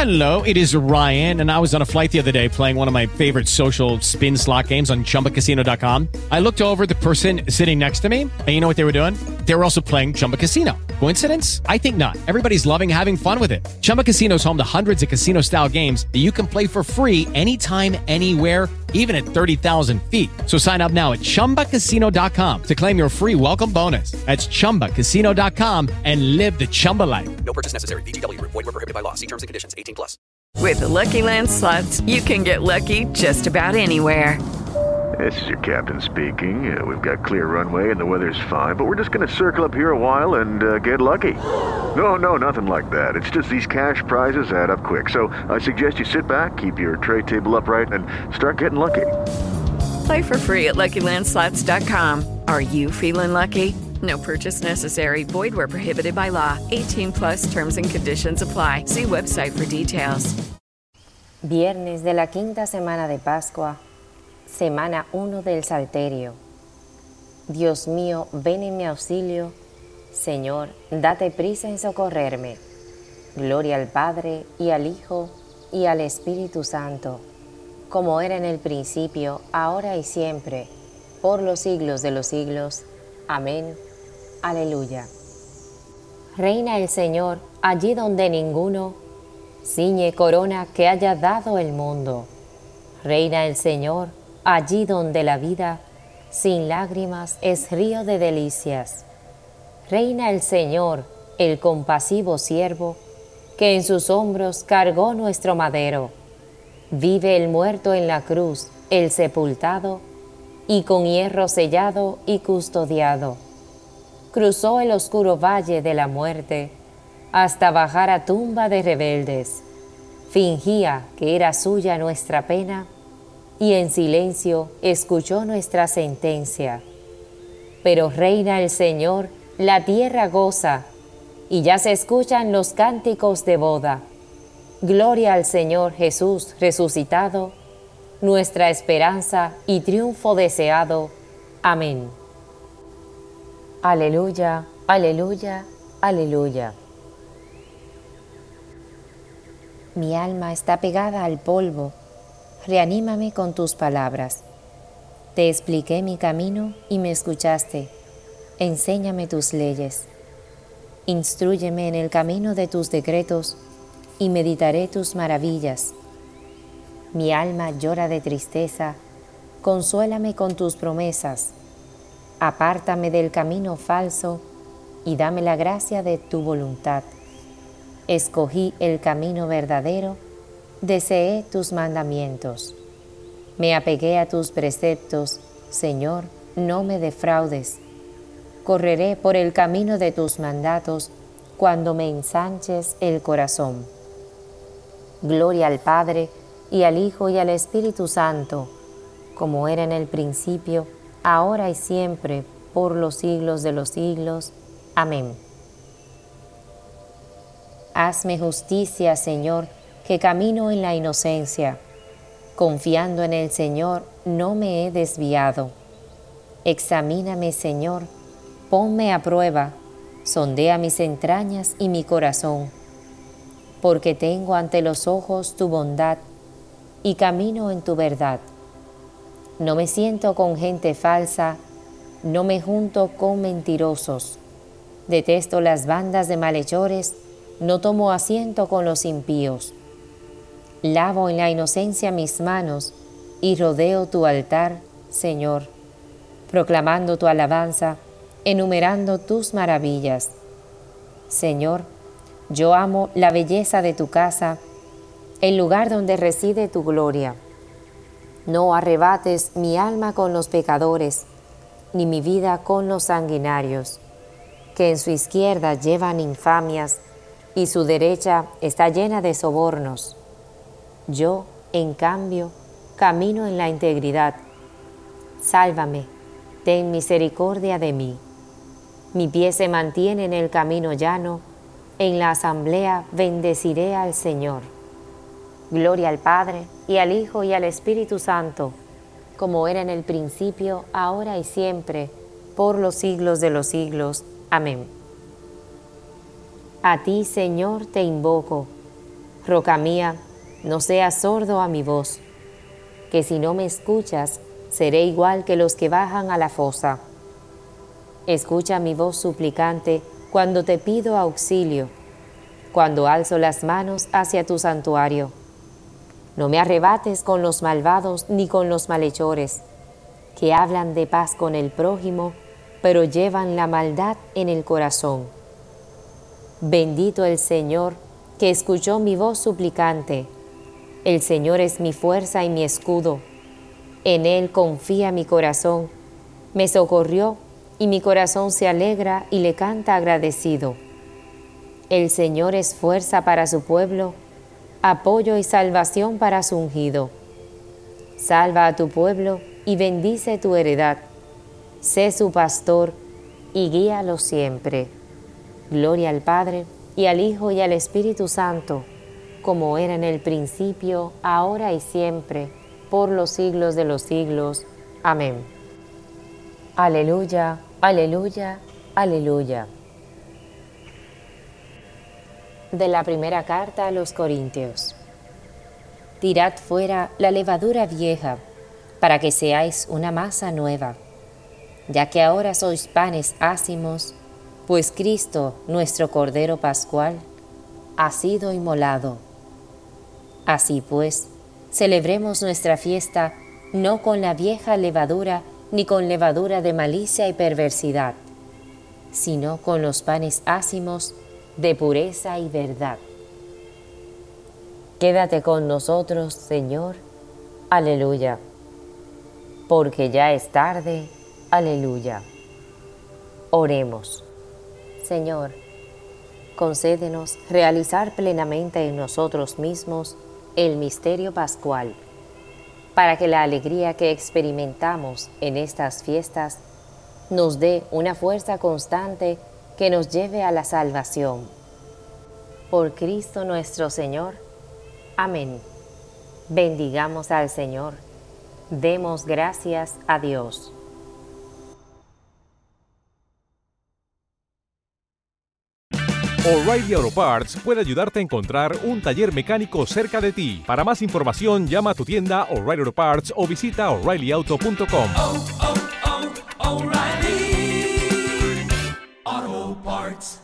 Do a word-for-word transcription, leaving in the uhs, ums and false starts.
Hello, it is Ryan, and I was on a flight the other day playing one of my favorite social spin slot games on Chumba Casino dot com. I looked over at the person sitting next to me, and you know what they were doing? They were also playing Chumba Casino. Coincidence? I think not. Everybody's loving having fun with it. Chumba Casino is home to hundreds of casino-style games that you can play for free anytime, anywhere, even at thirty thousand feet. So sign up now at Chumba Casino dot com to claim your free welcome bonus. That's Chumba Casino dot com and live the Chumba life. No purchase necessary. V G W. Void where prohibited by law. See terms and conditions. eighteen plus. With the Lucky Land Slots, you can get lucky just about anywhere. This is your captain speaking. Uh, we've got clear runway and the weather's fine, but we're just going to circle up here a while and uh, get lucky. No, no, nothing like that. It's just these cash prizes add up quick. So I suggest you sit back, keep your tray table upright, and start getting lucky. Play for free at Lucky Land Slots dot com. Are you feeling lucky? No purchase necessary. Void where prohibited by law. eighteen plus terms and conditions apply. See website for details. Viernes de la quinta semana de Pascua. Semana uno del Salterio. Dios mío, ven en mi auxilio. Señor, date prisa en socorrerme. Gloria al Padre, y al Hijo, y al Espíritu Santo, como era en el principio, ahora y siempre, por los siglos de los siglos. Amén. Aleluya. Reina el Señor, allí donde ninguno ciñe corona que haya dado el mundo. Reina el Señor, allí donde la vida, sin lágrimas, es río de delicias. Reina el Señor, el compasivo siervo, que en sus hombros cargó nuestro madero. Vive el muerto en la cruz, el sepultado, y con hierro sellado y custodiado. Cruzó el oscuro valle de la muerte, hasta bajar a tumba de rebeldes. Fingía que era suya nuestra pena, y en silencio escuchó nuestra sentencia. Pero reina el Señor, la tierra goza, y ya se escuchan los cánticos de boda. Gloria al Señor Jesús resucitado, nuestra esperanza y triunfo deseado. Amén. Aleluya, aleluya, aleluya. Mi alma está pegada al polvo. Reanímame con tus palabras. Te expliqué mi camino y me escuchaste. Enséñame tus leyes. Instrúyeme en el camino de tus decretos y meditaré tus maravillas. Mi alma llora de tristeza, consuélame con tus promesas. Apártame del camino falso y dame la gracia de tu voluntad. Escogí el camino verdadero, deseé tus mandamientos. Me apegué a tus preceptos, Señor, no me defraudes. Correré por el camino de tus mandatos cuando me ensanches el corazón. Gloria al Padre, y al Hijo, y al Espíritu Santo, como era en el principio, ahora y siempre, por los siglos de los siglos. Amén. Hazme justicia, Señor, que camino en la inocencia. Confiando en el Señor, no me he desviado. Examíname, Señor, ponme a prueba, sondea mis entrañas y mi corazón, porque tengo ante los ojos tu bondad y camino en tu verdad. No me siento con gente falsa, no me junto con mentirosos. Detesto las bandas de malhechores, no tomo asiento con los impíos. Lavo en la inocencia mis manos y rodeo tu altar, Señor, proclamando tu alabanza, enumerando tus maravillas. Señor, yo amo la belleza de tu casa, el lugar donde reside tu gloria. No arrebates mi alma con los pecadores, ni mi vida con los sanguinarios, que en su izquierda llevan infamias, y su derecha está llena de sobornos. Yo, en cambio, camino en la integridad. Sálvame, ten misericordia de mí. Mi pie se mantiene en el camino llano, en la asamblea bendeciré al Señor. Gloria al Padre, y al Hijo, y al Espíritu Santo, como era en el principio, ahora y siempre, por los siglos de los siglos. Amén. A ti, Señor, te invoco. Roca mía, no seas sordo a mi voz, que si no me escuchas, seré igual que los que bajan a la fosa. Escucha mi voz suplicante cuando te pido auxilio, cuando alzo las manos hacia tu santuario. No me arrebates con los malvados ni con los malhechores, que hablan de paz con el prójimo, pero llevan la maldad en el corazón. Bendito el Señor, que escuchó mi voz suplicante. El Señor es mi fuerza y mi escudo. En Él confía mi corazón. Me socorrió y mi corazón se alegra y le canta agradecido. El Señor es fuerza para su pueblo, apoyo y salvación para su ungido. Salva a tu pueblo y bendice tu heredad. Sé su pastor y guíalo siempre. Gloria al Padre, y al Hijo, y al Espíritu Santo, como era en el principio, ahora y siempre, por los siglos de los siglos. Amén. Aleluya, aleluya, aleluya. De la primera carta a los Corintios. Tirad fuera la levadura vieja, para que seáis una masa nueva, ya que ahora sois panes ácimos, pues Cristo, nuestro Cordero Pascual, ha sido inmolado. Así pues, celebremos nuestra fiesta no con la vieja levadura ni con levadura de malicia y perversidad, sino con los panes ácimos de pureza y verdad. Quédate con nosotros, Señor. Aleluya. Porque ya es tarde. Aleluya. Oremos. Señor, concédenos realizar plenamente en nosotros mismos el misterio pascual, para que la alegría que experimentamos en estas fiestas nos dé una fuerza constante que nos lleve a la salvación. Por Cristo nuestro Señor. Amén. Bendigamos al Señor. Demos gracias a Dios. O'Reilly Auto Parts puede ayudarte a encontrar un taller mecánico cerca de ti. Para más información, llama a tu tienda O'Reilly Auto Parts o visita O'Reilly Auto punto com. Oh, oh, oh, O'Reilly Auto Parts.